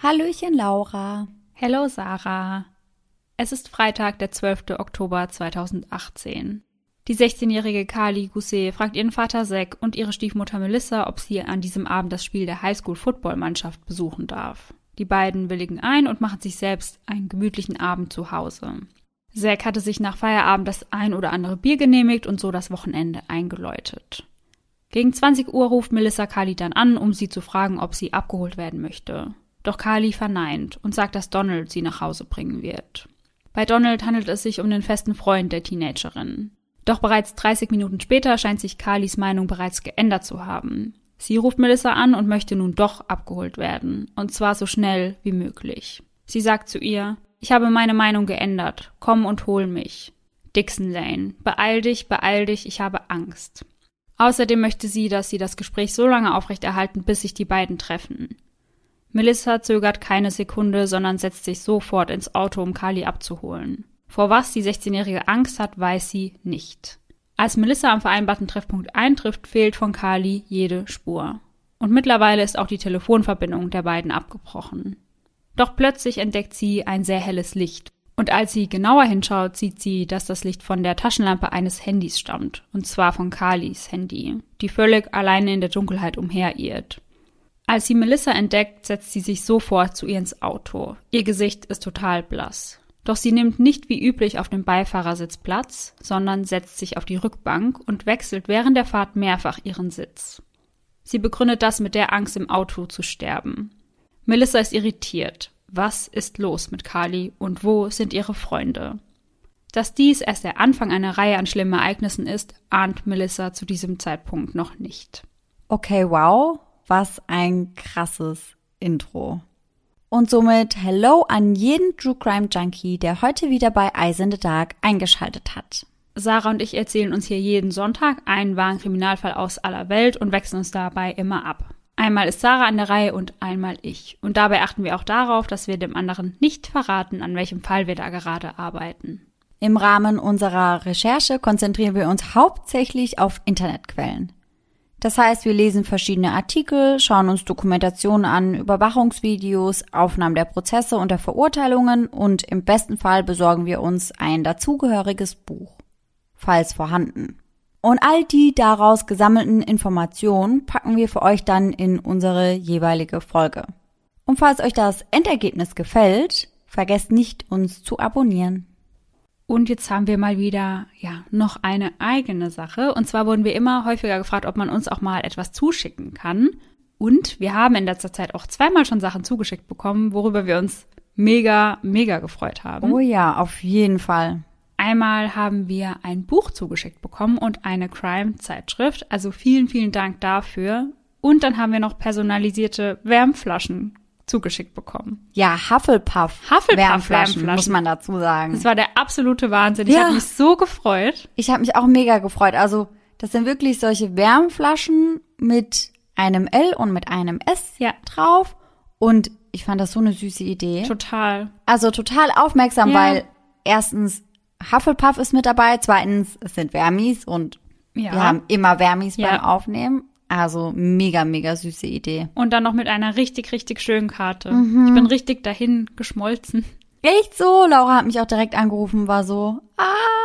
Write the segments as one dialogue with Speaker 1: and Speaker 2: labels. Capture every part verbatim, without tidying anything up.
Speaker 1: Hallöchen Laura.
Speaker 2: Hello Sarah. Es ist Freitag, der zwölfte Oktober zweitausendachtzehn. Die sechzehnjährige Carly Gousset fragt ihren Vater Zack und ihre Stiefmutter Melissa, ob sie an diesem Abend das Spiel der Highschool-Football-Mannschaft besuchen darf. Die beiden willigen ein und machen sich selbst einen gemütlichen Abend zu Hause. Zack hatte sich nach Feierabend das ein oder andere Bier genehmigt und so das Wochenende eingeläutet. Gegen zwanzig Uhr ruft Melissa Carly dann an, um sie zu fragen, ob sie abgeholt werden möchte. Doch Carly verneint und sagt, dass Donald sie nach Hause bringen wird. Bei Donald handelt es sich um den festen Freund der Teenagerin. Doch bereits dreißig Minuten später scheint sich Carlys Meinung bereits geändert zu haben. Sie ruft Melissa an und möchte nun doch abgeholt werden, und zwar so schnell wie möglich. Sie sagt zu ihr: Ich habe meine Meinung geändert, komm und hol mich. Dixon Lane, beeil dich, beeil dich, ich habe Angst. Außerdem möchte sie, dass sie das Gespräch so lange aufrechterhalten, bis sich die beiden treffen. Melissa zögert keine Sekunde, sondern setzt sich sofort ins Auto, um Carly abzuholen. Vor was die sechzehnjährige Angst hat, weiß sie nicht. Als Melissa am vereinbarten Treffpunkt eintrifft, fehlt von Carly jede Spur. Und mittlerweile ist auch die Telefonverbindung der beiden abgebrochen. Doch plötzlich entdeckt sie ein sehr helles Licht. Und als sie genauer hinschaut, sieht sie, dass das Licht von der Taschenlampe eines Handys stammt. Und zwar von Carlys Handy, die völlig alleine in der Dunkelheit umherirrt. Als sie Melissa entdeckt, setzt sie sich sofort zu ihr ins Auto. Ihr Gesicht ist total blass. Doch sie nimmt nicht wie üblich auf dem Beifahrersitz Platz, sondern setzt sich auf die Rückbank und wechselt während der Fahrt mehrfach ihren Sitz. Sie begründet das mit der Angst, im Auto zu sterben. Melissa ist irritiert. Was ist los mit Carly und wo sind ihre Freunde? Dass dies erst der Anfang einer Reihe an schlimmen Ereignissen ist, ahnt Melissa zu diesem Zeitpunkt noch nicht.
Speaker 1: Okay, wow, was ein krasses Intro. Und somit Hello an jeden True Crime Junkie, der heute wieder bei Eyes in the Dark eingeschaltet hat.
Speaker 2: Sarah und ich erzählen uns hier jeden Sonntag einen wahren Kriminalfall aus aller Welt und wechseln uns dabei immer ab. Einmal ist Sarah an der Reihe und einmal ich. Und dabei achten wir auch darauf, dass wir dem anderen nicht verraten, an welchem Fall wir da gerade arbeiten.
Speaker 1: Im Rahmen unserer Recherche konzentrieren wir uns hauptsächlich auf Internetquellen. Das heißt, wir lesen verschiedene Artikel, schauen uns Dokumentationen an, Überwachungsvideos, Aufnahmen der Prozesse und der Verurteilungen und im besten Fall besorgen wir uns ein dazugehöriges Buch, falls vorhanden. Und all die daraus gesammelten Informationen packen wir für euch dann in unsere jeweilige Folge. Und falls euch das Endergebnis gefällt, vergesst nicht, uns zu abonnieren.
Speaker 2: Und jetzt haben wir mal wieder, ja, noch eine eigene Sache. Und zwar wurden wir immer häufiger gefragt, ob man uns auch mal etwas zuschicken kann. Und wir haben in letzter Zeit auch zweimal schon Sachen zugeschickt bekommen, worüber wir uns mega, mega gefreut haben.
Speaker 1: Oh ja, auf jeden Fall.
Speaker 2: Einmal haben wir ein Buch zugeschickt bekommen und eine Crime-Zeitschrift. Also vielen, vielen Dank dafür. Und dann haben wir noch personalisierte Wärmflaschen zugeschickt bekommen.
Speaker 1: Ja, Hufflepuff.
Speaker 2: Hufflepuff
Speaker 1: Wärmflaschen,
Speaker 2: Wärmflaschen,
Speaker 1: muss man dazu sagen.
Speaker 2: Das war der absolute Wahnsinn. Ich
Speaker 1: Ja.
Speaker 2: habe mich so gefreut.
Speaker 1: Ich habe mich auch mega gefreut. Also das sind wirklich solche Wärmflaschen mit einem L und mit einem S
Speaker 2: Ja.
Speaker 1: drauf. Und ich fand das so eine süße Idee.
Speaker 2: Total.
Speaker 1: Also total aufmerksam,
Speaker 2: Ja.
Speaker 1: weil erstens Hufflepuff ist mit dabei, zweitens es sind Wärmis und
Speaker 2: Ja.
Speaker 1: wir haben immer Wärmis
Speaker 2: Ja.
Speaker 1: beim Aufnehmen. Also mega, mega süße Idee.
Speaker 2: Und dann noch mit einer richtig, richtig schönen Karte.
Speaker 1: Mhm.
Speaker 2: Ich bin richtig dahin geschmolzen.
Speaker 1: Echt so? Laura hat mich auch direkt angerufen, war so, ah,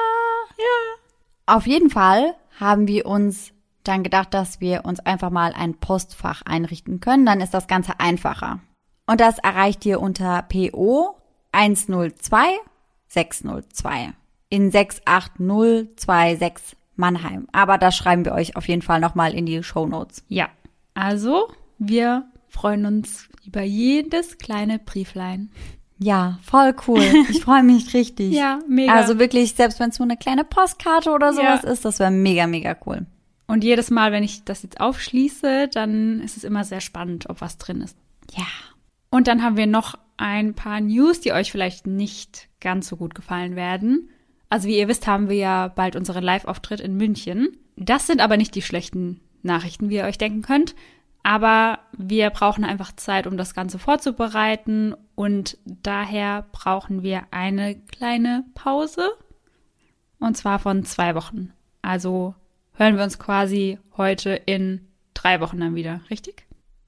Speaker 1: ja. Auf jeden Fall haben wir uns dann gedacht, dass wir uns einfach mal ein Postfach einrichten können. Dann ist das Ganze einfacher. Und das erreicht ihr unter P O eins null zwei sechs null zwei in sechs acht null zwei sechs Mannheim. Aber das schreiben wir euch auf jeden Fall nochmal in die Shownotes.
Speaker 2: Ja, also wir freuen uns über jedes kleine Brieflein.
Speaker 1: Ja, voll cool. Ich freue mich richtig.
Speaker 2: Ja, mega.
Speaker 1: Also wirklich, selbst wenn es nur eine kleine Postkarte oder sowas
Speaker 2: Ja.
Speaker 1: ist, das wäre mega, mega cool.
Speaker 2: Und jedes Mal, wenn ich das jetzt aufschließe, dann ist es immer sehr spannend, ob was drin ist.
Speaker 1: Ja.
Speaker 2: Und dann haben wir noch ein paar News, die euch vielleicht nicht ganz so gut gefallen werden. Also wie ihr wisst, haben wir ja bald unseren Live-Auftritt in München. Das sind aber nicht die schlechten Nachrichten, wie ihr euch denken könnt. Aber wir brauchen einfach Zeit, um das Ganze vorzubereiten. Und daher brauchen wir eine kleine Pause. Und zwar von zwei Wochen. Also hören wir uns quasi heute in drei Wochen dann wieder, richtig?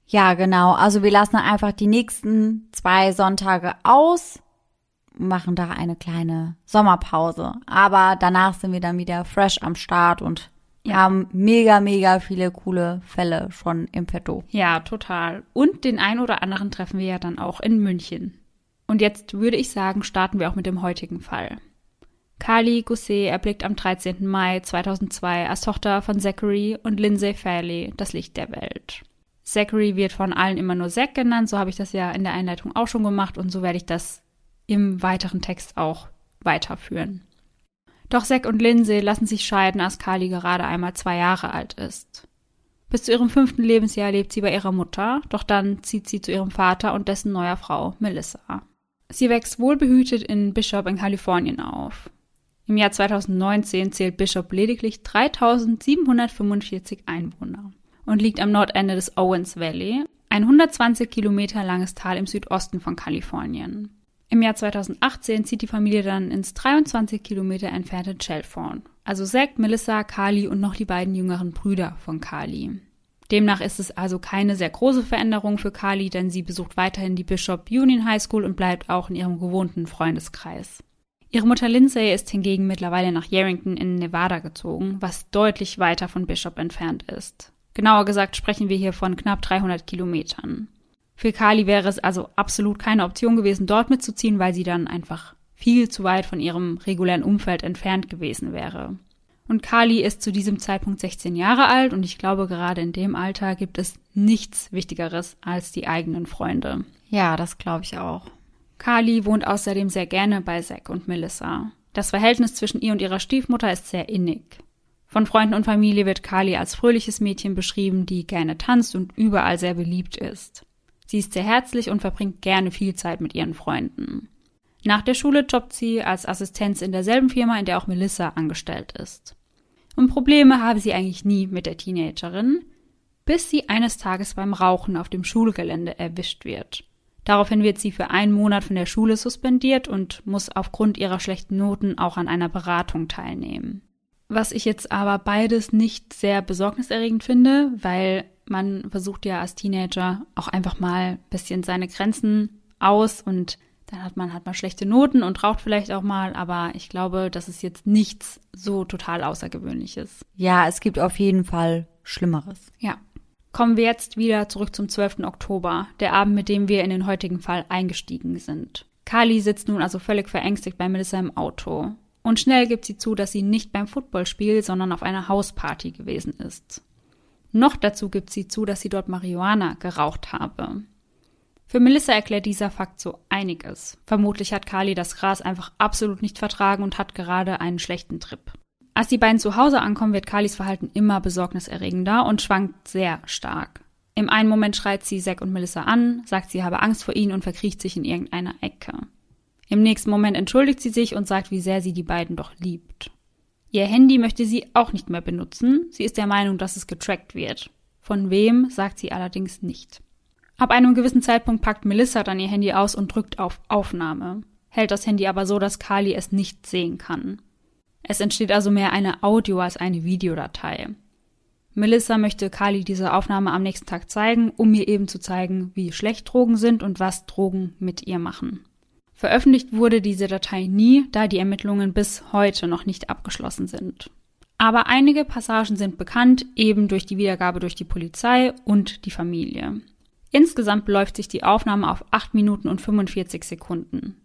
Speaker 1: Ja, genau. Also wir lassen einfach die nächsten zwei Sonntage aus, machen da eine kleine Sommerpause. Aber danach sind wir dann wieder fresh am Start und ja. haben mega, mega viele coole Fälle schon im Petto.
Speaker 2: Ja, total. Und den ein oder anderen treffen wir ja dann auch in München. Und jetzt würde ich sagen, starten wir auch mit dem heutigen Fall. Carly Gusset erblickt am dreizehnten Mai zweitausendzwei als Tochter von Zachary und Lindsay Fairley das Licht der Welt. Zachary wird von allen immer nur Zach genannt, so habe ich das ja in der Einleitung auch schon gemacht und so werde ich das im weiteren Text auch weiterführen. Doch Zach und Lindsay lassen sich scheiden, als Carly gerade einmal zwei Jahre alt ist. Bis zu ihrem fünften Lebensjahr lebt sie bei ihrer Mutter, doch dann zieht sie zu ihrem Vater und dessen neuer Frau Melissa. Sie wächst wohlbehütet in Bishop in Kalifornien auf. Im Jahr zweitausendneunzehn zählt Bishop lediglich dreitausendsiebenhundertfünfundvierzig Einwohner und liegt am Nordende des Owens Valley, ein hundertzwanzig Kilometer langes Tal im Südosten von Kalifornien. Im Jahr zweitausendachtzehn zieht die Familie dann ins dreiundzwanzig Kilometer entfernte Chalfont, also Zach, Melissa, Carly und noch die beiden jüngeren Brüder von Carly. Demnach ist es also keine sehr große Veränderung für Carly, denn sie besucht weiterhin die Bishop Union High School und bleibt auch in ihrem gewohnten Freundeskreis. Ihre Mutter Lindsay ist hingegen mittlerweile nach Yerington in Nevada gezogen, was deutlich weiter von Bishop entfernt ist. Genauer gesagt sprechen wir hier von knapp dreihundert Kilometern. Für Carly wäre es also absolut keine Option gewesen, dort mitzuziehen, weil sie dann einfach viel zu weit von ihrem regulären Umfeld entfernt gewesen wäre. Und Carly ist zu diesem Zeitpunkt sechzehn Jahre alt und ich glaube, gerade in dem Alter gibt es nichts Wichtigeres als die eigenen Freunde.
Speaker 1: Ja, das glaube ich auch.
Speaker 2: Carly wohnt außerdem sehr gerne bei Zach und Melissa. Das Verhältnis zwischen ihr und ihrer Stiefmutter ist sehr innig. Von Freunden und Familie wird Carly als fröhliches Mädchen beschrieben, die gerne tanzt und überall sehr beliebt ist. Sie ist sehr herzlich und verbringt gerne viel Zeit mit ihren Freunden. Nach der Schule jobbt sie als Assistenz in derselben Firma, in der auch Melissa angestellt ist. Und Probleme habe sie eigentlich nie mit der Teenagerin, bis sie eines Tages beim Rauchen auf dem Schulgelände erwischt wird. Daraufhin wird sie für einen Monat von der Schule suspendiert und muss aufgrund ihrer schlechten Noten auch an einer Beratung teilnehmen. Was ich jetzt aber beides nicht sehr besorgniserregend finde, weil man versucht ja als Teenager auch einfach mal ein bisschen seine Grenzen aus und dann hat man halt mal schlechte Noten und raucht vielleicht auch mal, aber ich glaube, das ist jetzt nichts so total Außergewöhnliches.
Speaker 1: Ja, es gibt auf jeden Fall Schlimmeres.
Speaker 2: Ja. Kommen wir jetzt wieder zurück zum zwölften Oktober, der Abend, mit dem wir in den heutigen Fall eingestiegen sind. Carly sitzt nun also völlig verängstigt bei Melissa im Auto. Und schnell gibt sie zu, dass sie nicht beim Footballspiel, sondern auf einer Hausparty gewesen ist. Noch dazu gibt sie zu, dass sie dort Marihuana geraucht habe. Für Melissa erklärt dieser Fakt so einiges. Vermutlich hat Carly das Gras einfach absolut nicht vertragen und hat gerade einen schlechten Trip. Als die beiden zu Hause ankommen, wird Carlys Verhalten immer besorgniserregender und schwankt sehr stark. Im einen Moment schreit sie Zach und Melissa an, sagt, sie habe Angst vor ihnen und verkriecht sich in irgendeiner Ecke. Im nächsten Moment entschuldigt sie sich und sagt, wie sehr sie die beiden doch liebt. Ihr Handy möchte sie auch nicht mehr benutzen. Sie ist der Meinung, dass es getrackt wird. Von wem, sagt sie allerdings nicht. Ab einem gewissen Zeitpunkt packt Melissa dann ihr Handy aus und drückt auf Aufnahme, hält das Handy aber so, dass Carly es nicht sehen kann. Es entsteht also mehr eine Audio- als eine Videodatei. Melissa möchte Carly diese Aufnahme am nächsten Tag zeigen, um ihr eben zu zeigen, wie schlecht Drogen sind und was Drogen mit ihr machen. Veröffentlicht wurde diese Datei nie, da die Ermittlungen bis heute noch nicht abgeschlossen sind. Aber einige Passagen sind bekannt, eben durch die Wiedergabe durch die Polizei und die Familie. Insgesamt beläuft sich die Aufnahme auf acht Minuten und fünfundvierzig Sekunden.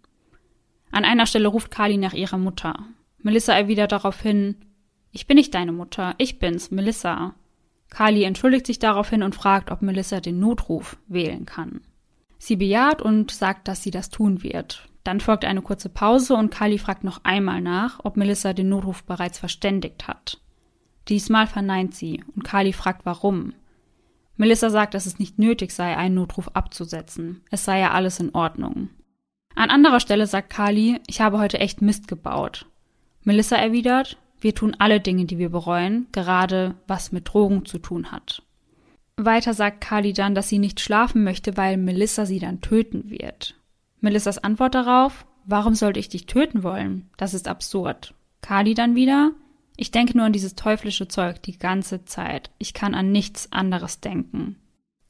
Speaker 2: An einer Stelle ruft Carly nach ihrer Mutter. Melissa erwidert daraufhin, »Ich bin nicht deine Mutter, ich bin's, Melissa.« Carly entschuldigt sich daraufhin und fragt, ob Melissa den Notruf wählen kann. Sie bejaht und sagt, dass sie das tun wird. Dann folgt eine kurze Pause und Carly fragt noch einmal nach, ob Melissa den Notruf bereits verständigt hat. Diesmal verneint sie und Carly fragt, warum. Melissa sagt, dass es nicht nötig sei, einen Notruf abzusetzen. Es sei ja alles in Ordnung. An anderer Stelle sagt Carly, ich habe heute echt Mist gebaut. Melissa erwidert, wir tun alle Dinge, die wir bereuen, gerade was mit Drogen zu tun hat. Weiter sagt Carly dann, dass sie nicht schlafen möchte, weil Melissa sie dann töten wird. Melissas Antwort darauf, warum sollte ich dich töten wollen? Das ist absurd. Carly dann wieder, ich denke nur an dieses teuflische Zeug die ganze Zeit. Ich kann an nichts anderes denken.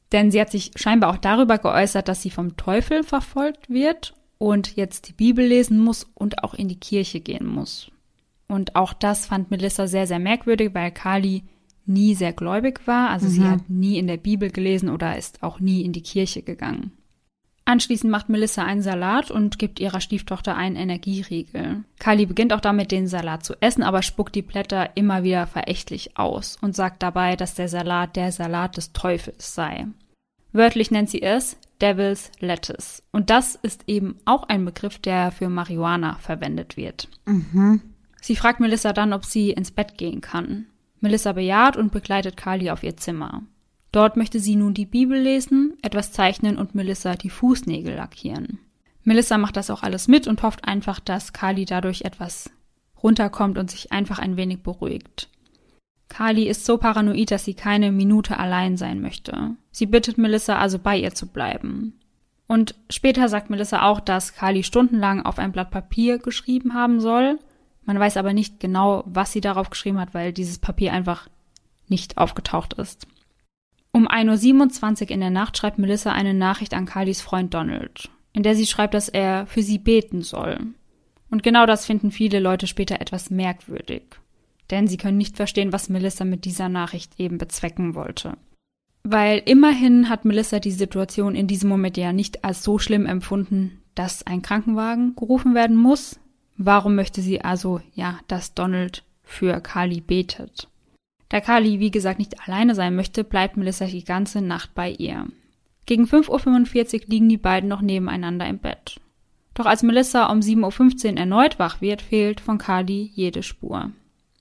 Speaker 2: Denn sie hat sich scheinbar auch darüber geäußert, dass sie vom Teufel verfolgt wird und jetzt die Bibel lesen muss und auch in die Kirche gehen muss. Und auch das fand Melissa sehr, sehr merkwürdig, weil Carly nie sehr gläubig war. Also mhm. sie hat nie in der Bibel gelesen oder ist auch nie in die Kirche gegangen. Anschließend macht Melissa einen Salat und gibt ihrer Stieftochter einen Energieriegel. Carly beginnt auch damit, den Salat zu essen, aber spuckt die Blätter immer wieder verächtlich aus und sagt dabei, dass der Salat der Salat des Teufels sei. Wörtlich nennt sie es Devil's Lettuce. Und das ist eben auch ein Begriff, der für Marihuana verwendet wird.
Speaker 1: Mhm.
Speaker 2: Sie fragt Melissa dann, ob sie ins Bett gehen kann. Melissa bejaht und begleitet Carly auf ihr Zimmer. Dort möchte sie nun die Bibel lesen, etwas zeichnen und Melissa die Fußnägel lackieren. Melissa macht das auch alles mit und hofft einfach, dass Carly dadurch etwas runterkommt und sich einfach ein wenig beruhigt. Carly ist so paranoid, dass sie keine Minute allein sein möchte. Sie bittet Melissa also, bei ihr zu bleiben. Und später sagt Melissa auch, dass Carly stundenlang auf ein Blatt Papier geschrieben haben soll. Man weiß aber nicht genau, was sie darauf geschrieben hat, weil dieses Papier einfach nicht aufgetaucht ist. Um ein Uhr siebenundzwanzig in der Nacht schreibt Melissa eine Nachricht an Carlys Freund Donald, in der sie schreibt, dass er für sie beten soll. Und genau das finden viele Leute später etwas merkwürdig. Denn sie können nicht verstehen, was Melissa mit dieser Nachricht eben bezwecken wollte. Weil immerhin hat Melissa die Situation in diesem Moment ja nicht als so schlimm empfunden, dass ein Krankenwagen gerufen werden muss. Warum möchte sie also, ja, dass Donald für Carly betet? Da Carly, wie gesagt, nicht alleine sein möchte, bleibt Melissa die ganze Nacht bei ihr. Gegen fünf Uhr fünfundvierzig liegen die beiden noch nebeneinander im Bett. Doch als Melissa um sieben Uhr fünfzehn erneut wach wird, fehlt von Carly jede Spur.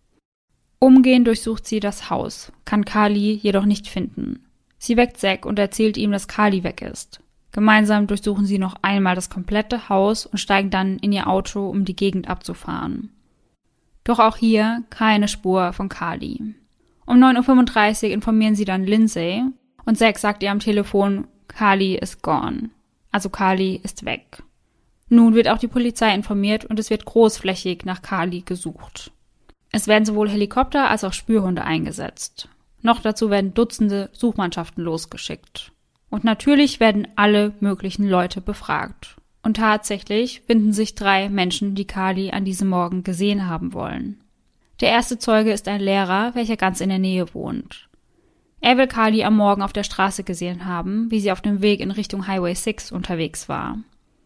Speaker 2: Umgehend durchsucht sie das Haus, kann Carly jedoch nicht finden. Sie weckt Zack und erzählt ihm, dass Carly weg ist. Gemeinsam durchsuchen sie noch einmal das komplette Haus und steigen dann in ihr Auto, um die Gegend abzufahren. Doch auch hier keine Spur von Carly. Um neun Uhr fünfunddreißig informieren sie dann Lindsay und Zack sagt ihr am Telefon, Carly is gone. Also Carly ist weg. Nun wird auch die Polizei informiert und es wird großflächig nach Carly gesucht. Es werden sowohl Helikopter als auch Spürhunde eingesetzt. Noch dazu werden Dutzende Suchmannschaften losgeschickt. Und natürlich werden alle möglichen Leute befragt. Und tatsächlich finden sich drei Menschen, die Carly an diesem Morgen gesehen haben wollen. Der erste Zeuge ist ein Lehrer, welcher ganz in der Nähe wohnt. Er will Carly am Morgen auf der Straße gesehen haben, wie sie auf dem Weg in Richtung Highway sechs unterwegs war.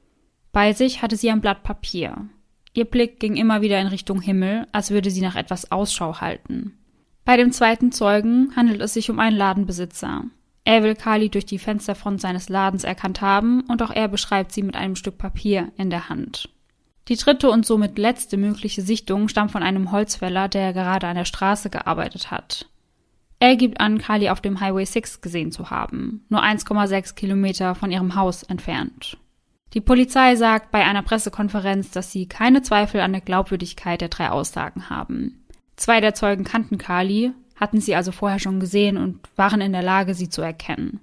Speaker 2: Bei sich hatte sie ein Blatt Papier. Ihr Blick ging immer wieder in Richtung Himmel, als würde sie nach etwas Ausschau halten. Bei dem zweiten Zeugen handelt es sich um einen Ladenbesitzer. Er will Carly durch die Fensterfront seines Ladens erkannt haben und auch er beschreibt sie mit einem Stück Papier in der Hand. Die dritte und somit letzte mögliche Sichtung stammt von einem Holzfäller, der gerade an der Straße gearbeitet hat. Er gibt an, Carly auf dem Highway sechs gesehen zu haben, nur eins Komma sechs Kilometer von ihrem Haus entfernt. Die Polizei sagt bei einer Pressekonferenz, dass sie keine Zweifel an der Glaubwürdigkeit der drei Aussagen haben. Zwei der Zeugen kannten Carly, hatten sie also vorher schon gesehen und waren in der Lage, sie zu erkennen.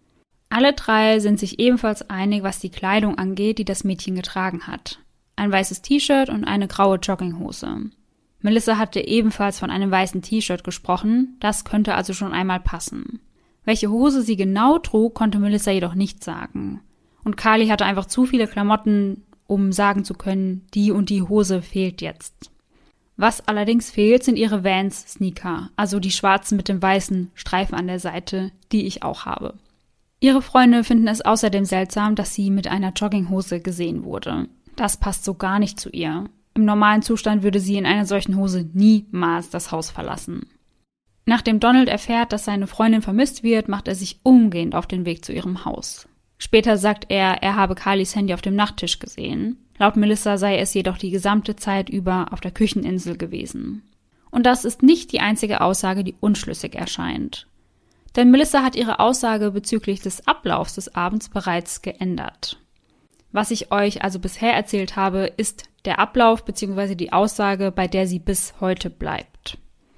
Speaker 2: Alle drei sind sich ebenfalls einig, was die Kleidung angeht, die das Mädchen getragen hat. Ein weißes T-Shirt und eine graue Jogginghose. Melissa hatte ebenfalls von einem weißen T-Shirt gesprochen, das könnte also schon einmal passen. Welche Hose sie genau trug, konnte Melissa jedoch nicht sagen. Und Carly hatte einfach zu viele Klamotten, um sagen zu können, die und die Hose fehlt jetzt. Was allerdings fehlt, sind ihre Vans-Sneaker, also die schwarzen mit dem weißen Streifen an der Seite, die ich auch habe. Ihre Freunde finden es außerdem seltsam, dass sie mit einer Jogginghose gesehen wurde. Das passt so gar nicht zu ihr. Im normalen Zustand würde sie in einer solchen Hose niemals das Haus verlassen. Nachdem Donald erfährt, dass seine Freundin vermisst wird, macht er sich umgehend auf den Weg zu ihrem Haus. Später sagt er, er habe Carlys Handy auf dem Nachttisch gesehen. Laut Melissa sei es jedoch die gesamte Zeit über auf der Kücheninsel gewesen. Und das ist nicht die einzige Aussage, die unschlüssig erscheint. Denn Melissa hat ihre Aussage bezüglich des Ablaufs des Abends bereits geändert. Was ich euch also bisher erzählt habe, ist der Ablauf bzw. die Aussage, bei der sie bis heute bleibt.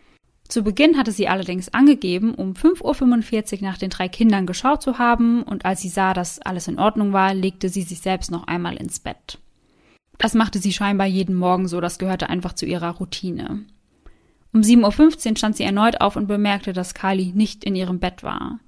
Speaker 2: Zu Beginn hatte sie allerdings angegeben, um fünf Uhr fünfundvierzig nach den drei Kindern geschaut zu haben und als sie sah, dass alles in Ordnung war, legte sie sich selbst noch einmal ins Bett. Das machte sie scheinbar jeden Morgen so, das gehörte einfach zu ihrer Routine. Um sieben Uhr fünfzehn stand sie erneut auf und bemerkte, dass Carly nicht in ihrem Bett war.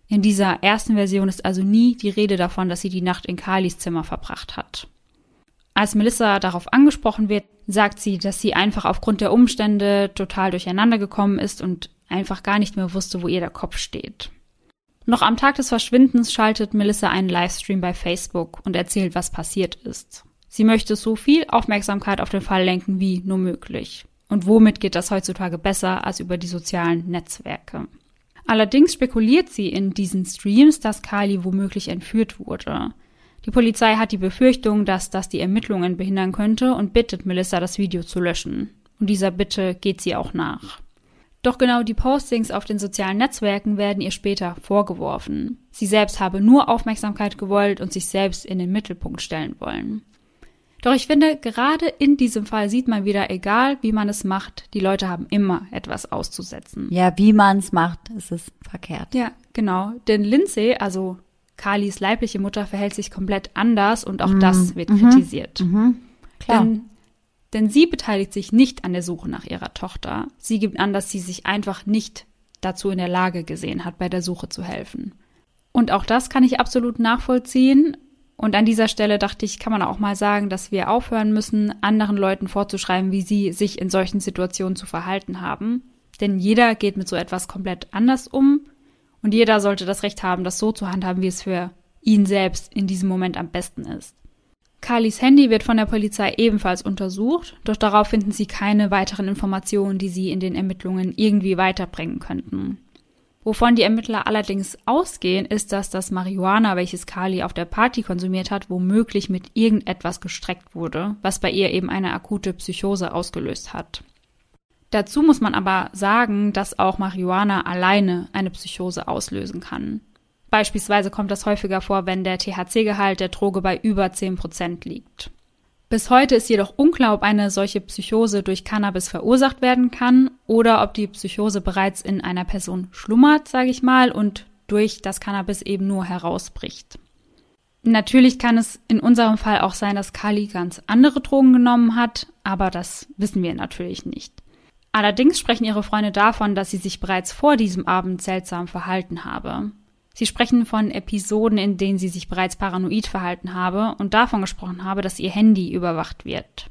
Speaker 2: In dieser ersten Version ist also nie die Rede davon, dass sie die Nacht in Carlys Zimmer verbracht hat. Als Melissa darauf angesprochen wird, sagt sie, dass sie einfach aufgrund der Umstände total durcheinander gekommen ist und einfach gar nicht mehr wusste, wo ihr der Kopf steht. Noch am Tag des Verschwindens schaltet Melissa einen Livestream bei Facebook und erzählt, was passiert ist. Sie möchte so viel Aufmerksamkeit auf den Fall lenken wie nur möglich. Und womit geht das heutzutage besser als über die sozialen Netzwerke? Allerdings spekuliert sie in diesen Streams, dass Carly womöglich entführt wurde. Die Polizei hat die Befürchtung, dass das die Ermittlungen behindern könnte und bittet Melissa, das Video zu löschen. Und dieser Bitte geht sie auch nach. Doch genau die Postings auf den sozialen Netzwerken werden ihr später vorgeworfen. Sie selbst habe nur Aufmerksamkeit gewollt und sich selbst in den Mittelpunkt stellen wollen. Doch ich finde, gerade in diesem Fall sieht man wieder, egal wie man es macht, die Leute haben immer etwas auszusetzen.
Speaker 1: Ja, wie man es macht, ist es verkehrt.
Speaker 2: Ja, genau. Denn Lindsay, also Carlys leibliche Mutter, verhält sich komplett anders und auch mhm. das wird mhm. kritisiert.
Speaker 1: Mhm. Klar.
Speaker 2: Denn, denn sie beteiligt sich nicht an der Suche nach ihrer Tochter. Sie gibt an, dass sie sich einfach nicht dazu in der Lage gesehen hat, bei der Suche zu helfen. Und auch das kann ich absolut nachvollziehen. Und an dieser Stelle dachte ich, kann man auch mal sagen, dass wir aufhören müssen, anderen Leuten vorzuschreiben, wie sie sich in solchen Situationen zu verhalten haben. Denn jeder geht mit so etwas komplett anders um. Und jeder sollte das Recht haben, das so zu handhaben, wie es für ihn selbst in diesem Moment am besten ist. Carlys Handy wird von der Polizei ebenfalls untersucht, doch darauf finden sie keine weiteren Informationen, die sie in den Ermittlungen irgendwie weiterbringen könnten. Wovon die Ermittler allerdings ausgehen, ist, dass das Marihuana, welches Carly auf der Party konsumiert hat, womöglich mit irgendetwas gestreckt wurde, was bei ihr eben eine akute Psychose ausgelöst hat. Dazu muss man aber sagen, dass auch Marihuana alleine eine Psychose auslösen kann. Beispielsweise kommt das häufiger vor, wenn der T H C-Gehalt der Droge bei über zehn Prozent liegt. Bis heute ist jedoch unklar, ob eine solche Psychose durch Cannabis verursacht werden kann oder ob die Psychose bereits in einer Person schlummert, sage ich mal, und durch das Cannabis eben nur herausbricht. Natürlich kann es in unserem Fall auch sein, dass Carly ganz andere Drogen genommen hat, aber das wissen wir natürlich nicht. Allerdings sprechen ihre Freunde davon, dass sie sich bereits vor diesem Abend seltsam verhalten habe. Sie sprechen von Episoden, in denen sie sich bereits paranoid verhalten habe und davon gesprochen habe, dass ihr Handy überwacht wird.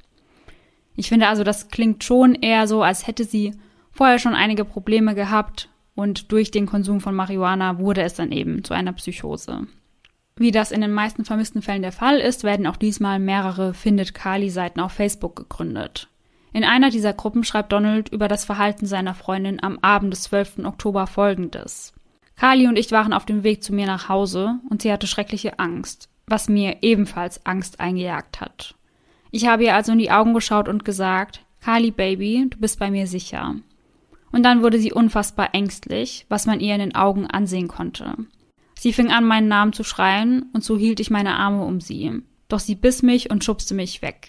Speaker 2: Ich finde also, das klingt schon eher so, als hätte sie vorher schon einige Probleme gehabt und durch den Konsum von Marihuana wurde es dann eben zu einer Psychose. Wie das in den meisten vermissten Fällen der Fall ist, werden auch diesmal mehrere Findet-Carly-Seiten auf Facebook gegründet. In einer dieser Gruppen schreibt Donald über das Verhalten seiner Freundin am Abend des zwölften Oktober Folgendes. Carly und ich waren auf dem Weg zu mir nach Hause und sie hatte schreckliche Angst, was mir ebenfalls Angst eingejagt hat. Ich habe ihr also in die Augen geschaut und gesagt, Carly Baby, du bist bei mir sicher. Und dann wurde sie unfassbar ängstlich, was man ihr in den Augen ansehen konnte. Sie fing an, meinen Namen zu schreien und so hielt ich meine Arme um sie. Doch sie biss mich und schubste mich weg.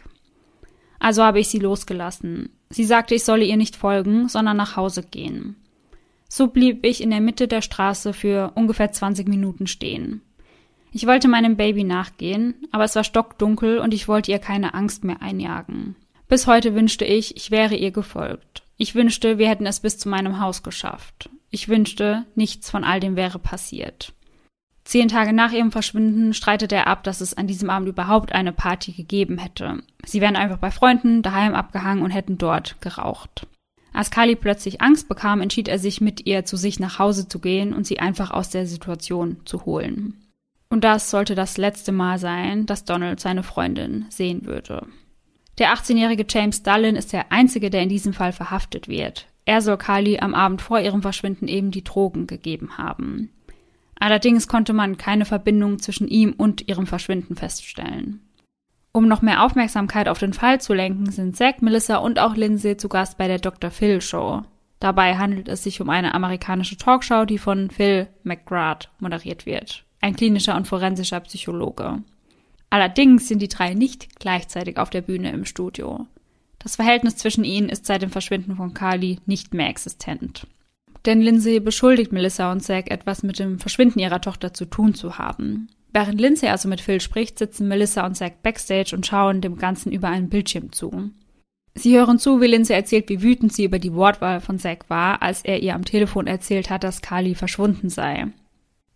Speaker 2: Also habe ich sie losgelassen. Sie sagte, ich solle ihr nicht folgen, sondern nach Hause gehen. So blieb ich in der Mitte der Straße für ungefähr zwanzig Minuten stehen. Ich wollte meinem Baby nachgehen, aber es war stockdunkel und ich wollte ihr keine Angst mehr einjagen. Bis heute wünschte ich, ich wäre ihr gefolgt. Ich wünschte, wir hätten es bis zu meinem Haus geschafft. Ich wünschte, nichts von all dem wäre passiert. Zehn Tage nach ihrem Verschwinden streitet er ab, dass es an diesem Abend überhaupt eine Party gegeben hätte. Sie wären einfach bei Freunden daheim abgehangen und hätten dort geraucht. Als Carly plötzlich Angst bekam, entschied er sich, mit ihr zu sich nach Hause zu gehen und sie einfach aus der Situation zu holen. Und das sollte das letzte Mal sein, dass Donald seine Freundin sehen würde. Der achtzehnjährige James Dullin ist der Einzige, der in diesem Fall verhaftet wird. Er soll Carly am Abend vor ihrem Verschwinden eben die Drogen gegeben haben. Allerdings konnte man keine Verbindung zwischen ihm und ihrem Verschwinden feststellen. Um noch mehr Aufmerksamkeit auf den Fall zu lenken, sind Zack, Melissa und auch Lindsay zu Gast bei der Doktor Phil Show. Dabei handelt es sich um eine amerikanische Talkshow, die von Phil McGrath moderiert wird, ein klinischer und forensischer Psychologe. Allerdings sind die drei nicht gleichzeitig auf der Bühne im Studio. Das Verhältnis zwischen ihnen ist seit dem Verschwinden von Carly nicht mehr existent. Denn Lindsay beschuldigt Melissa und Zack, etwas mit dem Verschwinden ihrer Tochter zu tun zu haben. Während Lindsay also mit Phil spricht, sitzen Melissa und Zack backstage und schauen dem Ganzen über einen Bildschirm zu. Sie hören zu, wie Lindsay erzählt, wie wütend sie über die Wortwahl von Zack war, als er ihr am Telefon erzählt hat, dass Carly verschwunden sei.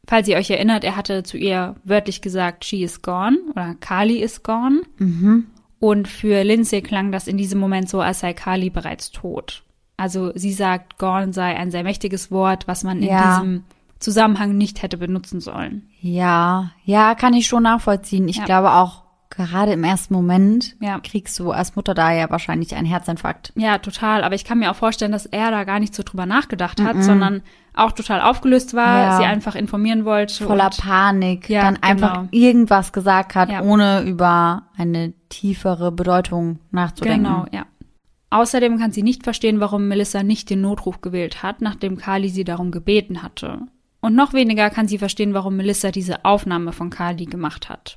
Speaker 2: Falls ihr euch erinnert, er hatte zu ihr wörtlich gesagt, she is gone oder Carly is gone.
Speaker 1: Mhm.
Speaker 2: Und für Lindsay klang das in diesem Moment so, als sei Carly bereits tot. Also sie sagt, gone sei ein sehr mächtiges Wort, was man in
Speaker 1: Ja.
Speaker 2: diesem Zusammenhang nicht hätte benutzen sollen.
Speaker 1: Ja, ja, kann ich schon nachvollziehen. Ich
Speaker 2: Ja.
Speaker 1: glaube auch, gerade im ersten Moment
Speaker 2: Ja.
Speaker 1: kriegst du als Mutter da ja wahrscheinlich einen Herzinfarkt.
Speaker 2: Ja, total. Aber ich kann mir auch vorstellen, dass er da gar nicht so drüber nachgedacht hat, sondern auch total aufgelöst war,
Speaker 1: Ja.
Speaker 2: sie einfach informieren wollte.
Speaker 1: Voller
Speaker 2: und
Speaker 1: Panik,
Speaker 2: Ja,
Speaker 1: dann einfach
Speaker 2: genau.
Speaker 1: irgendwas gesagt hat,
Speaker 2: Ja.
Speaker 1: ohne über eine tiefere Bedeutung nachzudenken.
Speaker 2: Genau, ja. Außerdem kann sie nicht verstehen, warum Melissa nicht den Notruf gewählt hat, nachdem Carly sie darum gebeten hatte. Und noch weniger kann sie verstehen, warum Melissa diese Aufnahme von Carly gemacht hat.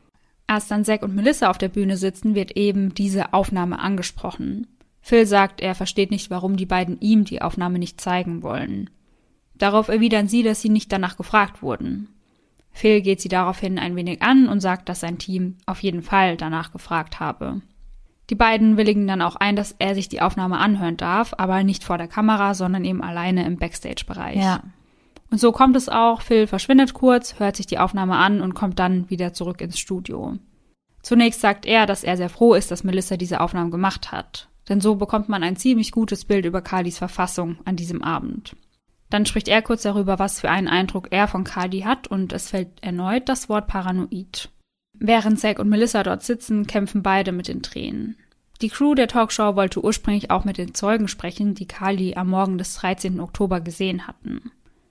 Speaker 2: Als dann Zack und Melissa auf der Bühne sitzen, wird eben diese Aufnahme angesprochen. Phil sagt, er versteht nicht, warum die beiden ihm die Aufnahme nicht zeigen wollen. Darauf erwidern sie, dass sie nicht danach gefragt wurden. Phil geht sie daraufhin ein wenig an und sagt, dass sein Team auf jeden Fall danach gefragt habe. Die beiden willigen dann auch ein, dass er sich die Aufnahme anhören darf, aber nicht vor der Kamera, sondern eben alleine im Backstage-Bereich.
Speaker 1: Ja.
Speaker 2: Und so kommt es auch. Phil verschwindet kurz, hört sich die Aufnahme an und kommt dann wieder zurück ins Studio. Zunächst sagt er, dass er sehr froh ist, dass Melissa diese Aufnahmen gemacht hat. Denn so bekommt man ein ziemlich gutes Bild über Carlys Verfassung an diesem Abend. Dann spricht er kurz darüber, was für einen Eindruck er von Carly hat, und es fällt erneut das Wort paranoid. Während Zack und Melissa dort sitzen, kämpfen beide mit den Tränen. Die Crew der Talkshow wollte ursprünglich auch mit den Zeugen sprechen, die Carly am Morgen des dreizehnten Oktober gesehen hatten.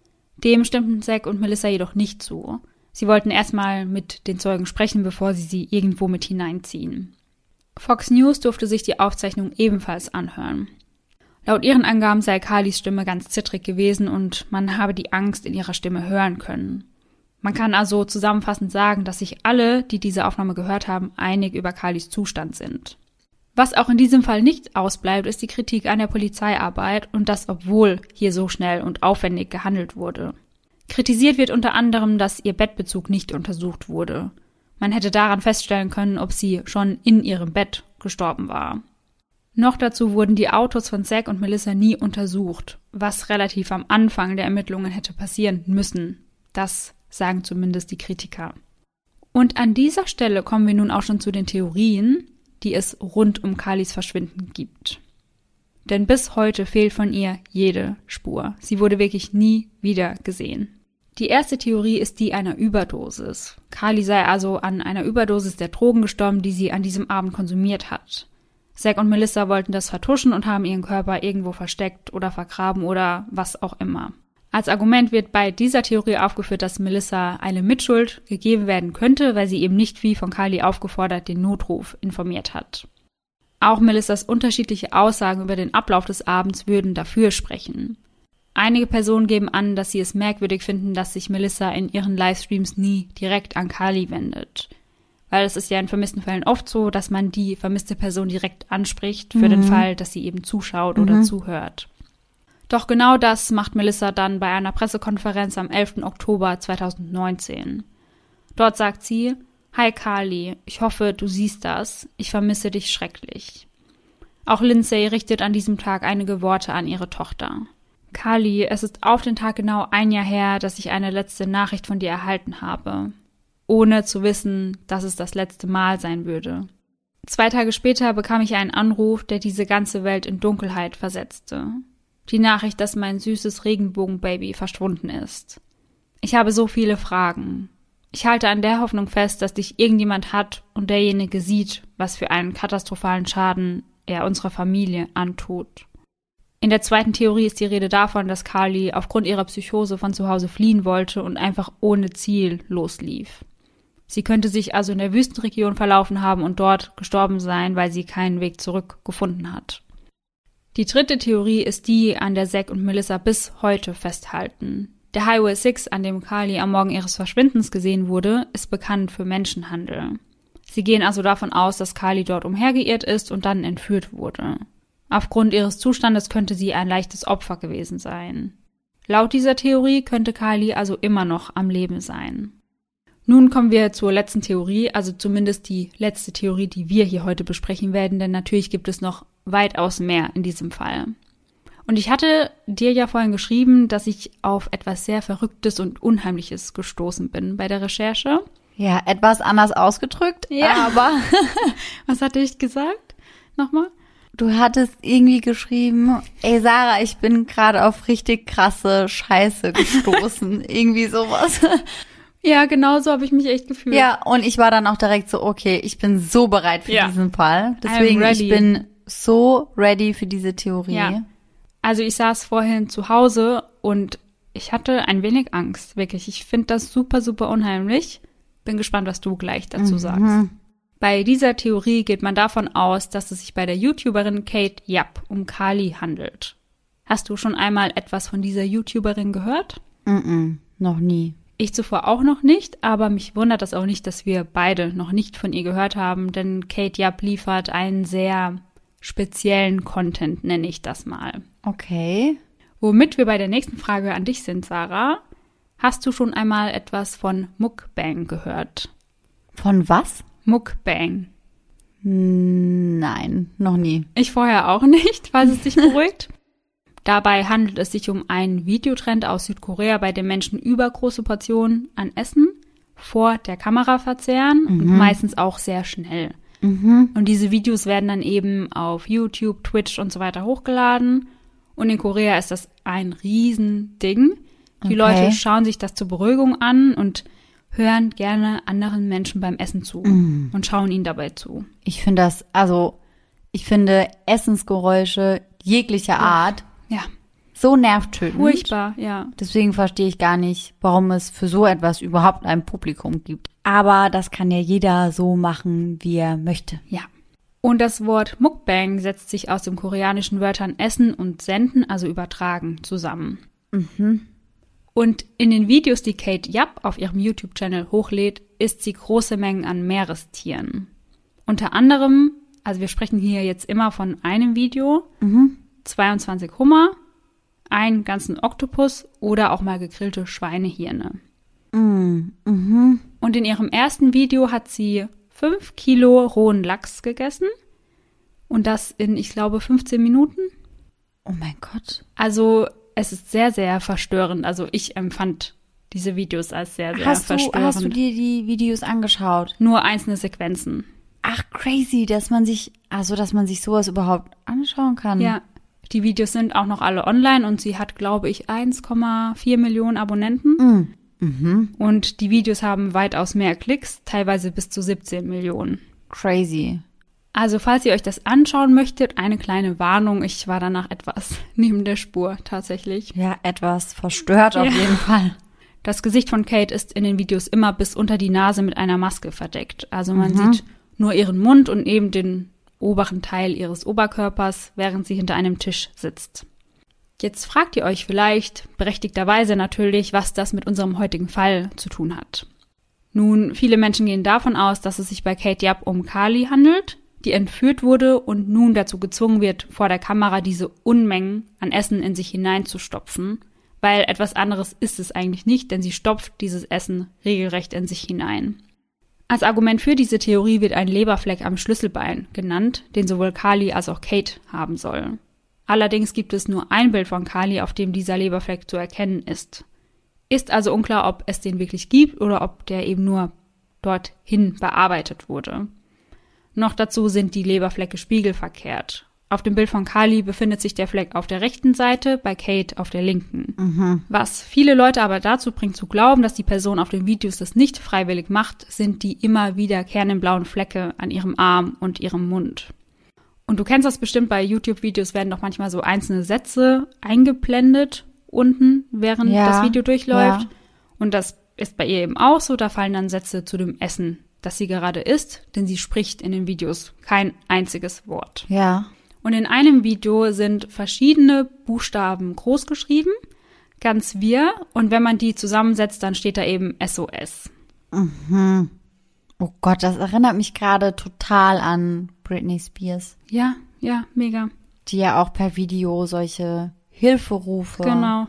Speaker 2: Dem stimmten Zack und Melissa jedoch nicht zu. Sie wollten erstmal mit den Zeugen sprechen, bevor sie sie irgendwo mit hineinziehen. Fox News durfte sich die Aufzeichnung ebenfalls anhören. Laut ihren Angaben sei Carlys Stimme ganz zittrig gewesen und man habe die Angst in ihrer Stimme hören können. Man kann also zusammenfassend sagen, dass sich alle, die diese Aufnahme gehört haben, einig über Carlys Zustand sind. Was auch in diesem Fall nicht ausbleibt, ist die Kritik an der Polizeiarbeit, und das obwohl hier so schnell und aufwendig gehandelt wurde. Kritisiert wird unter anderem, dass ihr Bettbezug nicht untersucht wurde. Man hätte daran feststellen können, ob sie schon in ihrem Bett gestorben war. Noch dazu wurden die Autos von Zack und Melissa nie untersucht, was relativ am Anfang der Ermittlungen hätte passieren müssen. Das sagen zumindest die Kritiker. Und an dieser Stelle kommen wir nun auch schon zu den Theorien, die es rund um Carlys Verschwinden gibt. Denn bis heute fehlt von ihr jede Spur. Sie wurde wirklich nie wieder gesehen. Die erste Theorie ist die einer Überdosis. Carly sei also an einer Überdosis der Drogen gestorben, die sie an diesem Abend konsumiert hat. Zack und Melissa wollten das vertuschen und haben ihren Körper irgendwo versteckt oder vergraben oder was auch immer. Als Argument wird bei dieser Theorie aufgeführt, dass Melissa eine Mitschuld gegeben werden könnte, weil sie eben nicht wie von Carly aufgefordert den Notruf informiert hat. Auch Melissas unterschiedliche Aussagen über den Ablauf des Abends würden dafür sprechen. Einige Personen geben an, dass sie es merkwürdig finden, dass sich Melissa in ihren Livestreams nie direkt an Carly wendet. Weil es ist ja in vermissten Fällen oft so, dass man die vermisste Person direkt anspricht, für mhm. den Fall, dass sie eben zuschaut oder mhm. zuhört. Doch genau das macht Melissa dann bei einer Pressekonferenz am elften Oktober zweitausendneunzehn. Dort sagt sie: Hi Carly, ich hoffe, du siehst das. Ich vermisse dich schrecklich. Auch Lindsay richtet an diesem Tag einige Worte an ihre Tochter. Carly, es ist auf den Tag genau ein Jahr her, dass ich eine letzte Nachricht von dir erhalten habe, ohne zu wissen, dass es das letzte Mal sein würde. Zwei Tage später bekam ich einen Anruf, der diese ganze Welt in Dunkelheit versetzte. Die Nachricht, dass mein süßes Regenbogenbaby verschwunden ist. Ich habe so viele Fragen. Ich halte an der Hoffnung fest, dass dich irgendjemand hat und derjenige sieht, was für einen katastrophalen Schaden er unserer Familie antut. In der zweiten Theorie ist die Rede davon, dass Carly aufgrund ihrer Psychose von zu Hause fliehen wollte und einfach ohne Ziel loslief. Sie könnte sich also in der Wüstenregion verlaufen haben und dort gestorben sein, weil sie keinen Weg zurück gefunden hat. Die dritte Theorie ist die, an der Zack und Melissa bis heute festhalten. Der Highway sechs, an dem Carly am Morgen ihres Verschwindens gesehen wurde, ist bekannt für Menschenhandel. Sie gehen also davon aus, dass Carly dort umhergeirrt ist und dann entführt wurde. Aufgrund ihres Zustandes könnte sie ein leichtes Opfer gewesen sein. Laut dieser Theorie könnte Carly also immer noch am Leben sein. Nun kommen wir zur letzten Theorie, also zumindest die letzte Theorie, die wir hier heute besprechen werden, denn natürlich gibt es noch weitaus mehr in diesem Fall. Und ich hatte dir ja vorhin geschrieben, dass ich auf etwas sehr Verrücktes und Unheimliches gestoßen bin bei der Recherche.
Speaker 1: Ja, etwas anders ausgedrückt, ja. Aber
Speaker 2: was hatte ich gesagt? Nochmal?
Speaker 1: Du hattest irgendwie geschrieben, ey Sarah, ich bin gerade auf richtig krasse Scheiße gestoßen. Irgendwie sowas.
Speaker 2: Ja, genau so habe ich mich echt gefühlt.
Speaker 1: Ja, und ich war dann auch direkt so, okay, ich bin so bereit für ja. diesen Fall. Deswegen, ich bin so ready für diese Theorie.
Speaker 2: Ja. Also ich saß vorhin zu Hause und ich hatte ein wenig Angst, wirklich. Ich finde das super, super unheimlich. Bin gespannt, was du gleich dazu mhm. sagst. Bei dieser Theorie geht man davon aus, dass es sich bei der YouTuberin Kate Yap um Kali handelt. Hast du schon einmal etwas von dieser YouTuberin gehört?
Speaker 1: Mm-mm, noch nie.
Speaker 2: Ich zuvor auch noch nicht, aber mich wundert das auch nicht, dass wir beide noch nicht von ihr gehört haben, denn Kate Yap liefert einen sehr speziellen Content, nenne ich das mal.
Speaker 1: Okay.
Speaker 2: Womit wir bei der nächsten Frage an dich sind, Sarah. Hast du schon einmal etwas von Mukbang gehört?
Speaker 1: Von was?
Speaker 2: Mukbang.
Speaker 1: Nein, noch nie.
Speaker 2: Ich vorher auch nicht, falls es dich beruhigt. Dabei handelt es sich um einen Videotrend aus Südkorea, bei dem Menschen übergroße Portionen an Essen vor der Kamera verzehren mhm. und meistens auch sehr schnell. Mhm. Und diese Videos werden dann eben auf YouTube, Twitch und so weiter hochgeladen. Und in Korea ist das ein Riesending. Die okay. Leute schauen sich das zur Beruhigung an und hören gerne anderen Menschen beim Essen zu mm. und schauen ihnen dabei zu.
Speaker 1: Ich finde das, also ich finde Essensgeräusche jeglicher Art
Speaker 2: ja.
Speaker 1: so nervtötend.
Speaker 2: Furchtbar, ja.
Speaker 1: Deswegen verstehe ich gar nicht, warum es für so etwas überhaupt ein Publikum gibt. Aber das kann ja jeder so machen, wie er möchte.
Speaker 2: Ja. Und das Wort Mukbang setzt sich aus den koreanischen Wörtern Essen und Senden, also übertragen, zusammen.
Speaker 1: Mhm.
Speaker 2: Und in den Videos, die Kate Yap auf ihrem YouTube-Channel hochlädt, isst sie große Mengen an Meerestieren. Unter anderem, also wir sprechen hier jetzt immer von einem Video, mhm. zweiundzwanzig Hummer, einen ganzen Oktopus oder auch mal gegrillte Schweinehirne.
Speaker 1: Mhm. Mhm.
Speaker 2: Und in ihrem ersten Video hat sie fünf Kilo rohen Lachs gegessen und das in, ich glaube, fünfzehn Minuten.
Speaker 1: Oh mein Gott.
Speaker 2: Also es ist sehr, sehr verstörend. Also ich empfand diese Videos als sehr, sehr
Speaker 1: hast
Speaker 2: verstörend.
Speaker 1: Du, hast du dir die Videos angeschaut?
Speaker 2: Nur einzelne Sequenzen.
Speaker 1: Ach, crazy, dass man sich, also dass man sich sowas überhaupt anschauen kann.
Speaker 2: Ja, die Videos sind auch noch alle online und sie hat, glaube ich, eins Komma vier Millionen Abonnenten.
Speaker 1: Mm. Mhm.
Speaker 2: Und die Videos haben weitaus mehr Klicks, teilweise bis zu siebzehn Millionen.
Speaker 1: Crazy.
Speaker 2: Also falls ihr euch das anschauen möchtet, eine kleine Warnung. Ich war danach etwas neben der Spur tatsächlich.
Speaker 1: Ja, etwas verstört auf ja. jeden Fall.
Speaker 2: Das Gesicht von Kate ist in den Videos immer bis unter die Nase mit einer Maske verdeckt. Also man mhm. sieht nur ihren Mund und eben den oberen Teil ihres Oberkörpers, während sie hinter einem Tisch sitzt. Jetzt fragt ihr euch vielleicht, berechtigterweise natürlich, was das mit unserem heutigen Fall zu tun hat. Nun, viele Menschen gehen davon aus, dass es sich bei Kate Yap um Kali handelt, die entführt wurde und nun dazu gezwungen wird, vor der Kamera diese Unmengen an Essen in sich hineinzustopfen, weil etwas anderes ist es eigentlich nicht, denn sie stopft dieses Essen regelrecht in sich hinein. Als Argument für diese Theorie wird ein Leberfleck am Schlüsselbein genannt, den sowohl Kali als auch Kate haben soll. Allerdings gibt es nur ein Bild von Kali, auf dem dieser Leberfleck zu erkennen ist. Ist also unklar, ob es den wirklich gibt oder ob der eben nur dorthin bearbeitet wurde. Noch dazu sind die Leberflecke spiegelverkehrt. Auf dem Bild von Kali befindet sich der Fleck auf der rechten Seite, bei Kate auf der linken.
Speaker 1: Mhm.
Speaker 2: Was viele Leute aber dazu bringt zu glauben, dass die Person auf den Videos das nicht freiwillig macht, sind die immer wiederkehrenden blauen Flecke an ihrem Arm und ihrem Mund. Und du kennst das bestimmt, bei YouTube-Videos werden doch manchmal so einzelne Sätze eingeblendet unten, während
Speaker 1: ja,
Speaker 2: das Video durchläuft.
Speaker 1: Ja.
Speaker 2: Und das ist bei ihr eben auch so, da fallen dann Sätze zu dem Essen, das sie gerade isst, denn sie spricht in den Videos kein einziges Wort.
Speaker 1: Ja.
Speaker 2: Und in einem Video sind verschiedene Buchstaben groß geschrieben, ganz wirr. Und wenn man die zusammensetzt, dann steht da eben S O S.
Speaker 1: Mhm. Oh Gott, das erinnert mich gerade total an Britney Spears.
Speaker 2: Ja, ja, mega.
Speaker 1: Die ja auch per Video solche Hilferufe
Speaker 2: genau.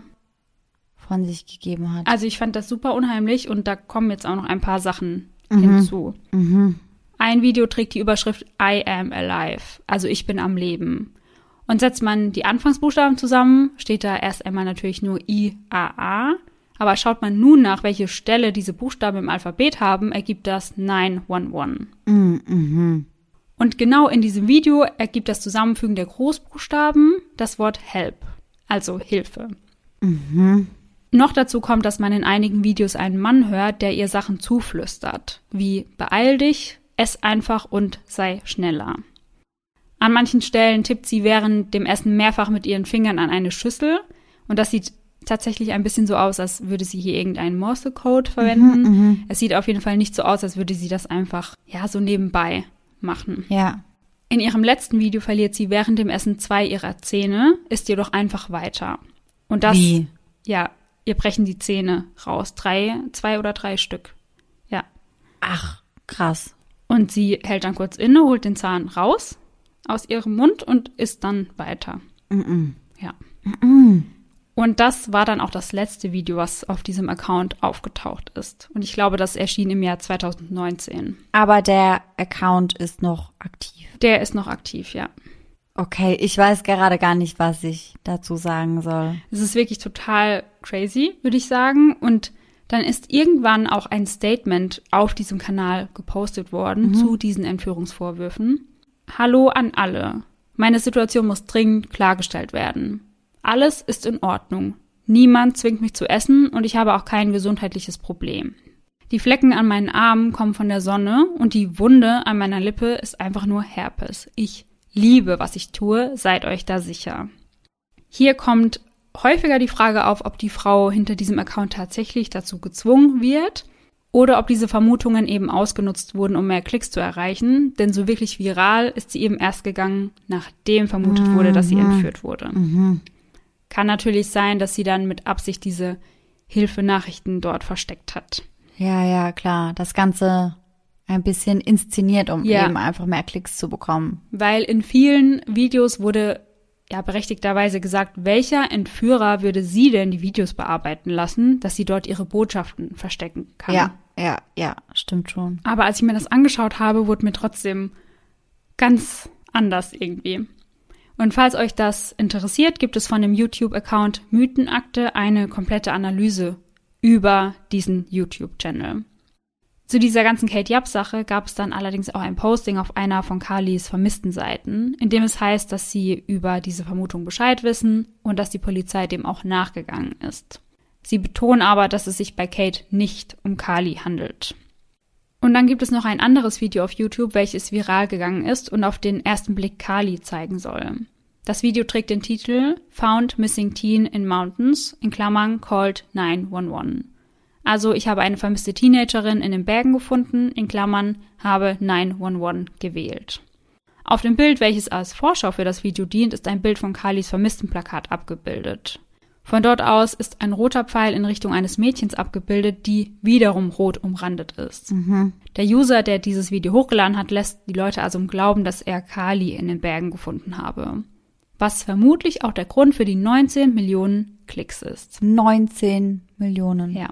Speaker 1: von sich gegeben hat.
Speaker 2: Also ich fand das super unheimlich und da kommen jetzt auch noch ein paar Sachen
Speaker 1: mhm.
Speaker 2: hinzu.
Speaker 1: Mhm.
Speaker 2: Ein Video trägt die Überschrift I am alive, also ich bin am Leben. Und setzt man die Anfangsbuchstaben zusammen, steht da erst einmal natürlich nur I A A. Aber schaut man nun nach, welche Stelle diese Buchstaben im Alphabet haben, ergibt das neun eins eins.
Speaker 1: Mhm.
Speaker 2: Und genau in diesem Video ergibt das Zusammenfügen der Großbuchstaben das Wort Help, also Hilfe.
Speaker 1: Mhm.
Speaker 2: Noch dazu kommt, dass man in einigen Videos einen Mann hört, der ihr Sachen zuflüstert, wie beeil dich, ess einfach und sei schneller. An manchen Stellen tippt sie während dem Essen mehrfach mit ihren Fingern an eine Schüssel und das sieht tatsächlich ein bisschen so aus, als würde sie hier irgendeinen Morsecode verwenden.
Speaker 1: Mhm,
Speaker 2: es sieht auf jeden Fall nicht so aus, als würde sie das einfach, ja, so nebenbei machen.
Speaker 1: Ja.
Speaker 2: In ihrem letzten Video verliert sie während dem Essen zwei ihrer Zähne, isst jedoch einfach weiter. Und das,
Speaker 1: Wie?
Speaker 2: Ja, ihr brechen die Zähne raus. Drei, zwei oder drei Stück. Ja.
Speaker 1: Ach, krass.
Speaker 2: Und sie hält dann kurz inne, holt den Zahn raus aus ihrem Mund und isst dann weiter.
Speaker 1: Mhm.
Speaker 2: Ja.
Speaker 1: Mhm.
Speaker 2: Und das war dann auch das letzte Video, was auf diesem Account aufgetaucht ist. Und ich glaube, das erschien im Jahr zwanzig neunzehn.
Speaker 1: Aber der Account ist noch aktiv.
Speaker 2: Der ist noch aktiv, ja.
Speaker 1: Okay, ich weiß gerade gar nicht, was ich dazu sagen soll.
Speaker 2: Es ist wirklich total crazy, würde ich sagen. Und dann ist irgendwann auch ein Statement auf diesem Kanal gepostet worden
Speaker 1: Mhm.
Speaker 2: zu diesen Entführungsvorwürfen. Hallo an alle. Meine Situation muss dringend klargestellt werden. Alles ist in Ordnung. Niemand zwingt mich zu essen und ich habe auch kein gesundheitliches Problem. Die Flecken an meinen Armen kommen von der Sonne und die Wunde an meiner Lippe ist einfach nur Herpes. Ich liebe, was ich tue, seid euch da sicher. Hier kommt häufiger die Frage auf, ob die Frau hinter diesem Account tatsächlich dazu gezwungen wird oder ob diese Vermutungen eben ausgenutzt wurden, um mehr Klicks zu erreichen. Denn so wirklich viral ist sie eben erst gegangen, nachdem vermutet wurde, dass sie entführt wurde.
Speaker 1: Mhm.
Speaker 2: Kann natürlich sein, dass sie dann mit Absicht diese Hilfenachrichten dort versteckt hat.
Speaker 1: Ja, ja, klar. Das Ganze ein bisschen inszeniert, um
Speaker 2: Ja.
Speaker 1: eben einfach mehr Klicks zu bekommen.
Speaker 2: Weil in vielen Videos wurde ja berechtigterweise gesagt, welcher Entführer würde sie denn die Videos bearbeiten lassen, dass sie dort ihre Botschaften verstecken kann.
Speaker 1: Ja, ja, ja, stimmt schon.
Speaker 2: Aber als ich mir das angeschaut habe, wurde mir trotzdem ganz anders irgendwie. Und falls euch das interessiert, gibt es von dem YouTube-Account Mythenakte eine komplette Analyse über diesen YouTube-Channel. Zu dieser ganzen Kate Japp-Sache gab es dann allerdings auch ein Posting auf einer von Carlys vermissten Seiten, in dem es heißt, dass sie über diese Vermutung Bescheid wissen und dass die Polizei dem auch nachgegangen ist. Sie betonen aber, dass es sich bei Kate nicht um Carly handelt. Und dann gibt es noch ein anderes Video auf YouTube, welches viral gegangen ist und auf den ersten Blick Carly zeigen soll. Das Video trägt den Titel Found Missing Teen in Mountains, in Klammern called neun eins eins. Also ich habe eine vermisste Teenagerin in den Bergen gefunden, in Klammern habe neun eins eins gewählt. Auf dem Bild, welches als Vorschau für das Video dient, ist ein Bild von Carlys Vermisstenplakat abgebildet. Von dort aus ist ein roter Pfeil in Richtung eines Mädchens abgebildet, die wiederum rot umrandet ist.
Speaker 1: Mhm.
Speaker 2: Der User, der dieses Video hochgeladen hat, lässt die Leute also glauben, dass er Carly in den Bergen gefunden habe. Was vermutlich auch der Grund für die neunzehn Millionen Klicks ist.
Speaker 1: neunzehn Millionen.
Speaker 2: Ja.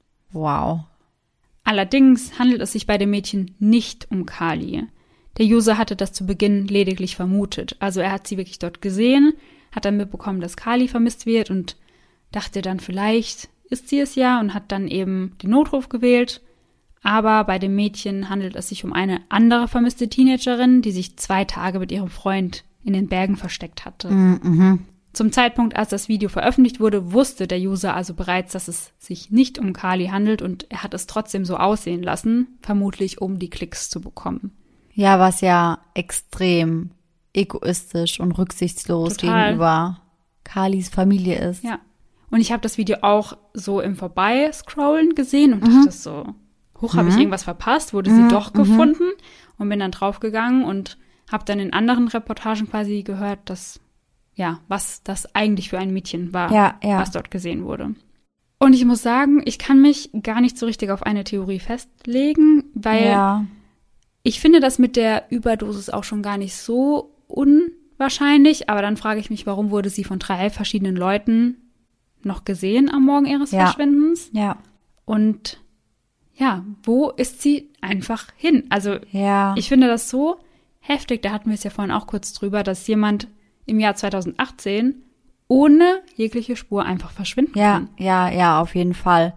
Speaker 1: Wow.
Speaker 2: Allerdings handelt es sich bei dem Mädchen nicht um Carly. Der User hatte das zu Beginn lediglich vermutet. Also er hat sie wirklich dort gesehen, hat dann mitbekommen, dass Carly vermisst wird und dachte dann, vielleicht ist sie es ja und hat dann eben den Notruf gewählt. Aber bei dem Mädchen handelt es sich um eine andere vermisste Teenagerin, die sich zwei Tage mit ihrem Freund in den Bergen versteckt hatte.
Speaker 1: Mhm.
Speaker 2: Zum Zeitpunkt, als das Video veröffentlicht wurde, wusste der User also bereits, dass es sich nicht um Carly handelt und er hat es trotzdem so aussehen lassen, vermutlich um die Klicks zu bekommen.
Speaker 1: Ja, was ja extrem egoistisch und rücksichtslos
Speaker 2: Total.
Speaker 1: gegenüber Carlys Familie ist.
Speaker 2: Ja. Und ich habe das Video auch so im Vorbeiscrollen gesehen und
Speaker 1: Mhm.
Speaker 2: dachte so, huch, habe ich
Speaker 1: Mhm.
Speaker 2: irgendwas verpasst? Wurde
Speaker 1: Mhm,
Speaker 2: sie doch
Speaker 1: mhm.
Speaker 2: gefunden? Und bin dann draufgegangen und habe dann in anderen Reportagen quasi gehört, dass, ja, was das eigentlich für ein Mädchen war,
Speaker 1: Ja, ja.
Speaker 2: was dort gesehen wurde. Und ich muss sagen, ich kann mich gar nicht so richtig auf eine Theorie festlegen, weil
Speaker 1: Ja.
Speaker 2: ich finde das mit der Überdosis auch schon gar nicht so unwahrscheinlich, aber dann frage ich mich, warum wurde sie von drei verschiedenen Leuten noch gesehen am Morgen ihres
Speaker 1: Ja.
Speaker 2: Verschwindens?
Speaker 1: Ja.
Speaker 2: Und ja, wo ist sie einfach hin? Also
Speaker 1: Ja.
Speaker 2: ich finde das so heftig, da hatten wir es ja vorhin auch kurz drüber, dass jemand im Jahr zweitausendachtzehn ohne jegliche Spur einfach verschwinden
Speaker 1: Ja,
Speaker 2: kann.
Speaker 1: ja, ja, auf jeden Fall.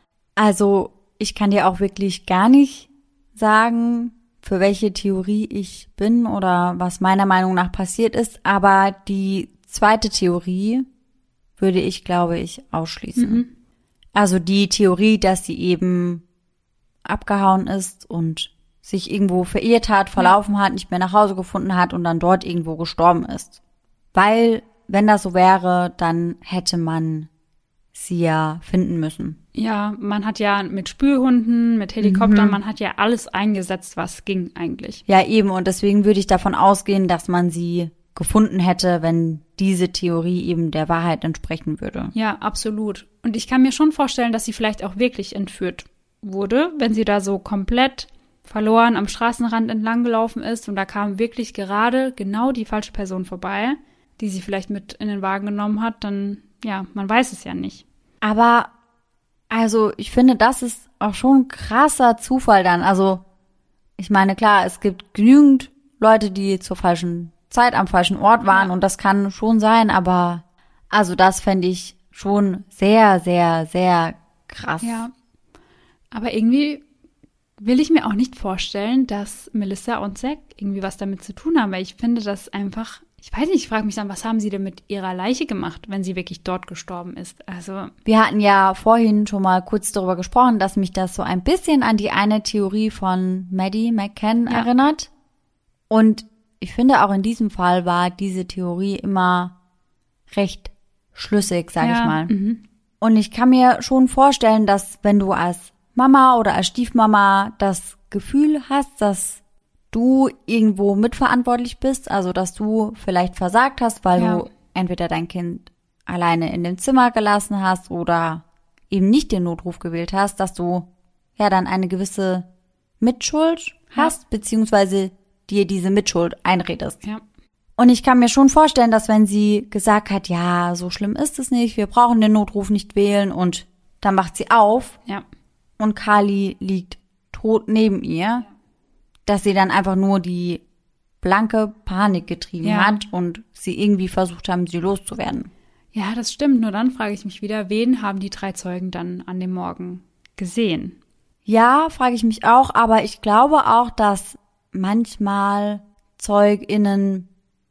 Speaker 1: Also ich kann dir auch wirklich gar nicht sagen, für welche Theorie ich bin oder was meiner Meinung nach passiert ist, aber die zweite Theorie würde ich, glaube ich, ausschließen.
Speaker 2: Mhm.
Speaker 1: Also die Theorie, dass sie eben abgehauen ist und sich irgendwo verirrt hat, verlaufen hat, nicht mehr nach Hause gefunden hat und dann dort irgendwo gestorben ist. Weil, wenn das so wäre, dann hätte man sie ja finden müssen.
Speaker 2: Ja, man hat ja mit Spürhunden, mit Helikoptern,
Speaker 1: Mhm.
Speaker 2: man hat ja alles eingesetzt, was ging eigentlich.
Speaker 1: Ja, eben. Und deswegen würde ich davon ausgehen, dass man sie gefunden hätte, wenn diese Theorie eben der Wahrheit entsprechen würde.
Speaker 2: Ja, absolut. Und ich kann mir schon vorstellen, dass sie vielleicht auch wirklich entführt wurde, wenn sie da so komplett verloren am Straßenrand entlang gelaufen ist und da kam wirklich gerade genau die falsche Person vorbei, die sie vielleicht mit in den Wagen genommen hat, dann, ja, man weiß es ja nicht.
Speaker 1: Aber, also, ich finde, das ist auch schon ein krasser Zufall dann. Also, ich meine, klar, es gibt genügend Leute, die zur falschen Zeit am falschen Ort waren
Speaker 2: Ja.
Speaker 1: und das kann schon sein, aber, also, das fände ich schon sehr, sehr, sehr krass.
Speaker 2: Ja, aber irgendwie will ich mir auch nicht vorstellen, dass Melissa und Zack irgendwie was damit zu tun haben, weil ich finde das einfach, ich weiß nicht, ich frage mich dann, was haben sie denn mit ihrer Leiche gemacht, wenn sie wirklich dort gestorben ist? Also,
Speaker 1: Wir hatten ja vorhin schon mal kurz darüber gesprochen, dass mich das so ein bisschen an die eine Theorie von Maddie McCann
Speaker 2: Ja.
Speaker 1: erinnert. Und ich finde, auch in diesem Fall war diese Theorie immer recht schlüssig, sag
Speaker 2: ja,
Speaker 1: ich mal.
Speaker 2: Mhm.
Speaker 1: Und ich kann mir schon vorstellen, dass wenn du als Mama oder als Stiefmama das Gefühl hast, dass du irgendwo mitverantwortlich bist, also dass du vielleicht versagt hast, weil
Speaker 2: Ja.
Speaker 1: du entweder dein Kind alleine in dem Zimmer gelassen hast oder eben nicht den Notruf gewählt hast, dass du ja dann eine gewisse Mitschuld hast, beziehungsweise dir diese Mitschuld einredest.
Speaker 2: Ja.
Speaker 1: Und ich kann mir schon vorstellen, dass wenn sie gesagt hat, ja, so schlimm ist es nicht, wir brauchen den Notruf nicht wählen und dann macht sie auf
Speaker 2: Ja.
Speaker 1: und Carly liegt tot neben ihr, dass sie dann einfach nur die blanke Panik getrieben
Speaker 2: Ja.
Speaker 1: hat und sie irgendwie versucht haben, sie loszuwerden.
Speaker 2: Ja, das stimmt. Nur dann frage ich mich wieder, wen haben die drei Zeugen dann an dem Morgen gesehen?
Speaker 1: Ja, frage ich mich auch, aber ich glaube auch, dass manchmal ZeugInnen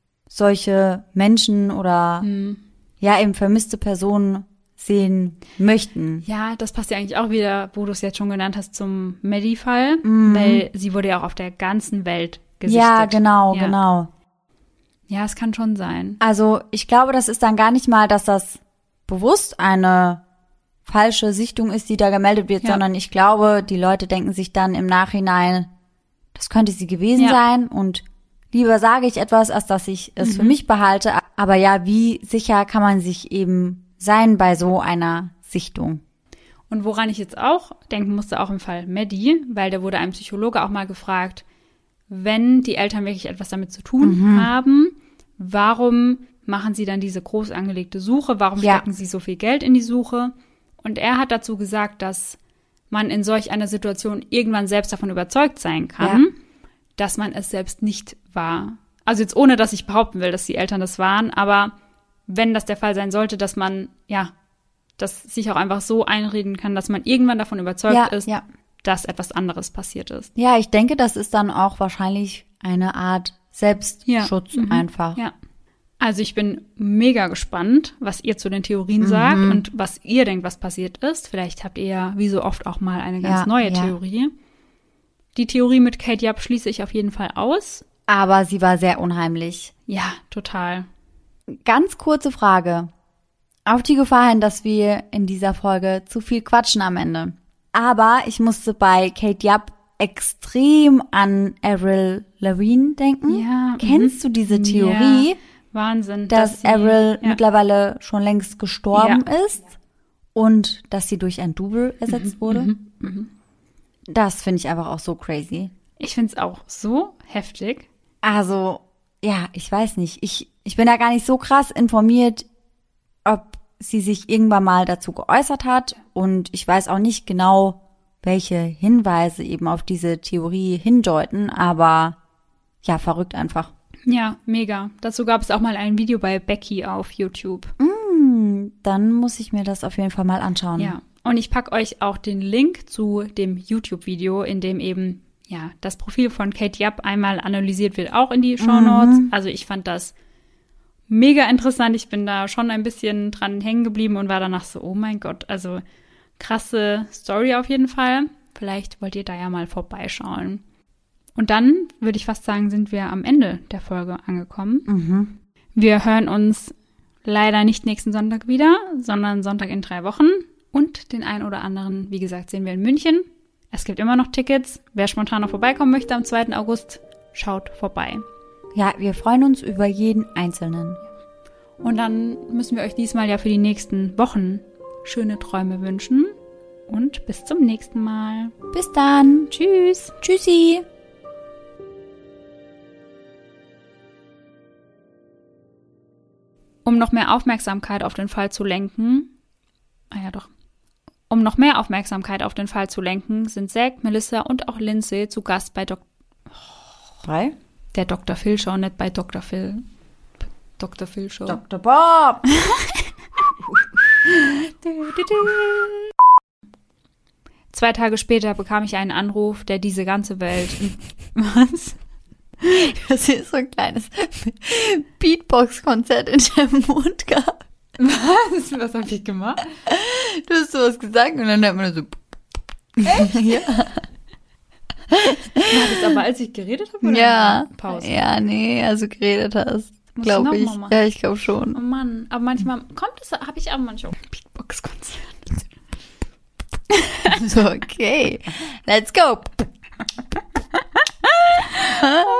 Speaker 1: solche Menschen oder
Speaker 2: Hm.
Speaker 1: ja eben vermisste Personen sehen möchten.
Speaker 2: Ja, das passt ja eigentlich auch wieder, wo du es jetzt schon genannt hast, zum Maddie-Fall, weil sie wurde ja auch auf der ganzen Welt gesichtet.
Speaker 1: Ja, genau,
Speaker 2: Ja.
Speaker 1: genau.
Speaker 2: Ja, es kann schon sein.
Speaker 1: Also ich glaube, das ist dann gar nicht mal, dass das bewusst eine falsche Sichtung ist, die da gemeldet wird,
Speaker 2: Ja.
Speaker 1: sondern ich glaube, die Leute denken sich dann im Nachhinein, das könnte sie gewesen
Speaker 2: Ja.
Speaker 1: sein und lieber sage ich etwas, als dass ich es
Speaker 2: Mhm.
Speaker 1: für mich behalte. Aber ja, wie sicher kann man sich eben sein bei so einer Sichtung?
Speaker 2: Und woran ich jetzt auch denken musste, auch im Fall Maddie, weil da wurde ein Psychologe auch mal gefragt, wenn die Eltern wirklich etwas damit zu tun
Speaker 1: Mhm.
Speaker 2: haben, warum machen sie dann diese groß angelegte Suche? Warum
Speaker 1: Ja.
Speaker 2: stecken sie so viel Geld in die Suche? Und er hat dazu gesagt, dass man in solch einer Situation irgendwann selbst davon überzeugt sein kann,
Speaker 1: Ja.
Speaker 2: dass man es selbst nicht war. Also jetzt ohne, dass ich behaupten will, dass die Eltern das waren, aber wenn das der Fall sein sollte, dass man, ja, das sich auch einfach so einreden kann, dass man irgendwann davon überzeugt
Speaker 1: Ja,
Speaker 2: ist,
Speaker 1: ja.
Speaker 2: dass etwas anderes passiert ist.
Speaker 1: Ja, ich denke, das ist dann auch wahrscheinlich eine Art Selbstschutz
Speaker 2: Mhm.
Speaker 1: einfach.
Speaker 2: Ja. Also ich bin mega gespannt, was ihr zu den Theorien sagt und was ihr denkt, was passiert ist. Vielleicht habt ihr ja wie so oft auch mal eine ganz
Speaker 1: Ja,
Speaker 2: neue
Speaker 1: ja.
Speaker 2: Theorie. Die Theorie mit Kate Japp schließe ich auf jeden Fall aus.
Speaker 1: Aber sie war sehr unheimlich.
Speaker 2: Ja, total.
Speaker 1: Ganz kurze Frage. Auf die Gefahr hin, dass wir in dieser Folge zu viel quatschen am Ende. Aber ich musste bei Kate Japp extrem an Avril Lavigne denken.
Speaker 2: Ja,
Speaker 1: Kennst du diese Theorie,
Speaker 2: Ja, Wahnsinn.
Speaker 1: dass
Speaker 2: sie,
Speaker 1: Avril
Speaker 2: ja.
Speaker 1: mittlerweile schon längst gestorben ist und dass sie durch ein Double ersetzt wurde? Das finde ich einfach auch so crazy.
Speaker 2: Ich finde es auch so heftig.
Speaker 1: Also, ja, ich weiß nicht. Ich, ich bin da gar nicht so krass informiert, ob sie sich irgendwann mal dazu geäußert hat. Und ich weiß auch nicht genau, welche Hinweise eben auf diese Theorie hindeuten. Aber ja, verrückt einfach.
Speaker 2: Ja, mega. Dazu gab es auch mal ein Video bei Becky auf YouTube.
Speaker 1: Mm, dann muss ich mir das auf jeden Fall mal anschauen.
Speaker 2: Ja, und ich packe euch auch den Link zu dem YouTube-Video, in dem eben ja das Profil von Kate Japp einmal analysiert wird, auch in die Shownotes. Mhm. Also ich fand das mega interessant. Ich bin da schon ein bisschen dran hängen geblieben und war danach so, oh mein Gott, also krasse Story auf jeden Fall. Vielleicht wollt ihr da ja mal vorbeischauen. Und dann, würde ich fast sagen, sind wir am Ende der Folge angekommen.
Speaker 1: Mhm.
Speaker 2: Wir hören uns leider nicht nächsten Sonntag wieder, sondern Sonntag in drei Wochen. Und den einen oder anderen, wie gesagt, sehen wir in München. Es gibt immer noch Tickets. Wer spontan noch vorbeikommen möchte am zweiten August, schaut vorbei.
Speaker 1: Ja, wir freuen uns über jeden Einzelnen.
Speaker 2: Und dann müssen wir euch diesmal ja für die nächsten Wochen schöne Träume wünschen. Und bis zum nächsten Mal.
Speaker 1: Bis dann.
Speaker 2: Tschüss.
Speaker 1: Tschüssi.
Speaker 2: Um noch mehr Aufmerksamkeit auf den Fall zu lenken, ah ja doch, um noch mehr Aufmerksamkeit auf den Fall zu lenken, sind Zack, Melissa und auch Lindsay zu Gast bei Dok
Speaker 1: Drei?
Speaker 2: Der Doktor Phil Show, nicht bei Doktor Phil. Doktor Phil Show.
Speaker 1: Doktor Bob!
Speaker 2: Zwei Tage später bekam ich einen Anruf, der diese ganze Welt... Was?
Speaker 1: Das ist so ein kleines Beatbox-Konzert in deinem Mund gehabt.
Speaker 2: Was? Was hab ich gemacht?
Speaker 1: Du hast sowas gesagt und dann hört man so...
Speaker 2: Echt?
Speaker 1: Ja.
Speaker 2: War das aber, als ich geredet habe? Oder
Speaker 1: Ja.
Speaker 2: Pause?
Speaker 1: Ja, nee, also geredet hast. Glaube ich.
Speaker 2: Mal
Speaker 1: Ja, ich glaube schon.
Speaker 2: Oh Mann, aber manchmal kommt es, habe ich auch manchmal auch Beatbox-Konzert.
Speaker 1: So, okay. Let's go.
Speaker 2: Oh